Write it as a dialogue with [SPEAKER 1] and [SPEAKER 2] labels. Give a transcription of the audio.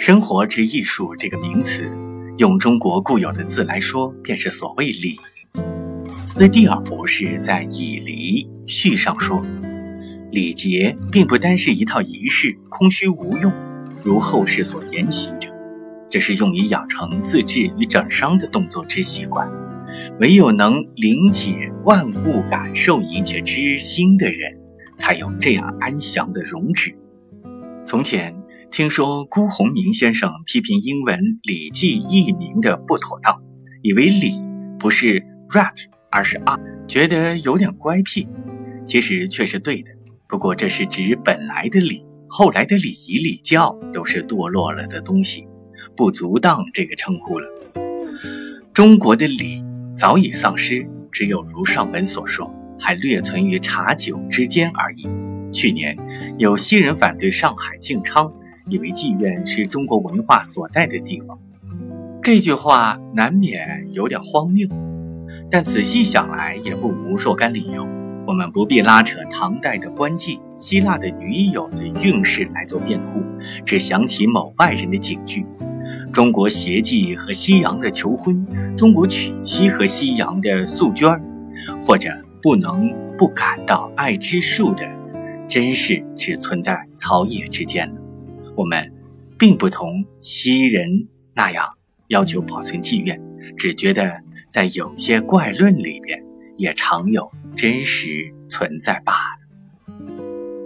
[SPEAKER 1] 生活之艺术这个名词，用中国固有的字来说，便是所谓礼。斯蒂尔博士在《以礼》序上说，礼节并不单是一套仪式，空虚无用，如后世所沿袭者，这是用以养成自治与整伤的动作之习惯。唯有能理解万物感受一切之心的人，才有这样安详的容止。从前听说辜鸿铭先生批评英文《礼记》译名的不妥当，以为礼不是 rat 而是 art， 觉得有点乖僻，其实却是对的。不过这是指本来的礼，后来的礼仪礼教都是堕落了的东西，不足当这个称呼了。中国的礼早已丧失，只有如上文所说，还略存于茶酒之间而已。去年有西人反对上海靖昌，以为妓院是中国文化所在的地方。这句话难免有点荒谬，但仔细想来也不无若干理由。我们不必拉扯唐代的官妓、希腊的女友的运势来做辩护，只想起某外人的警句：中国协妓和西洋的求婚，中国娶妻和西洋的诉娟，或者不能不感到爱之树的真是只存在草野之间了。我们并不同西人那样要求保存妓院，只觉得在有些怪论里边也常有真实存在罢了。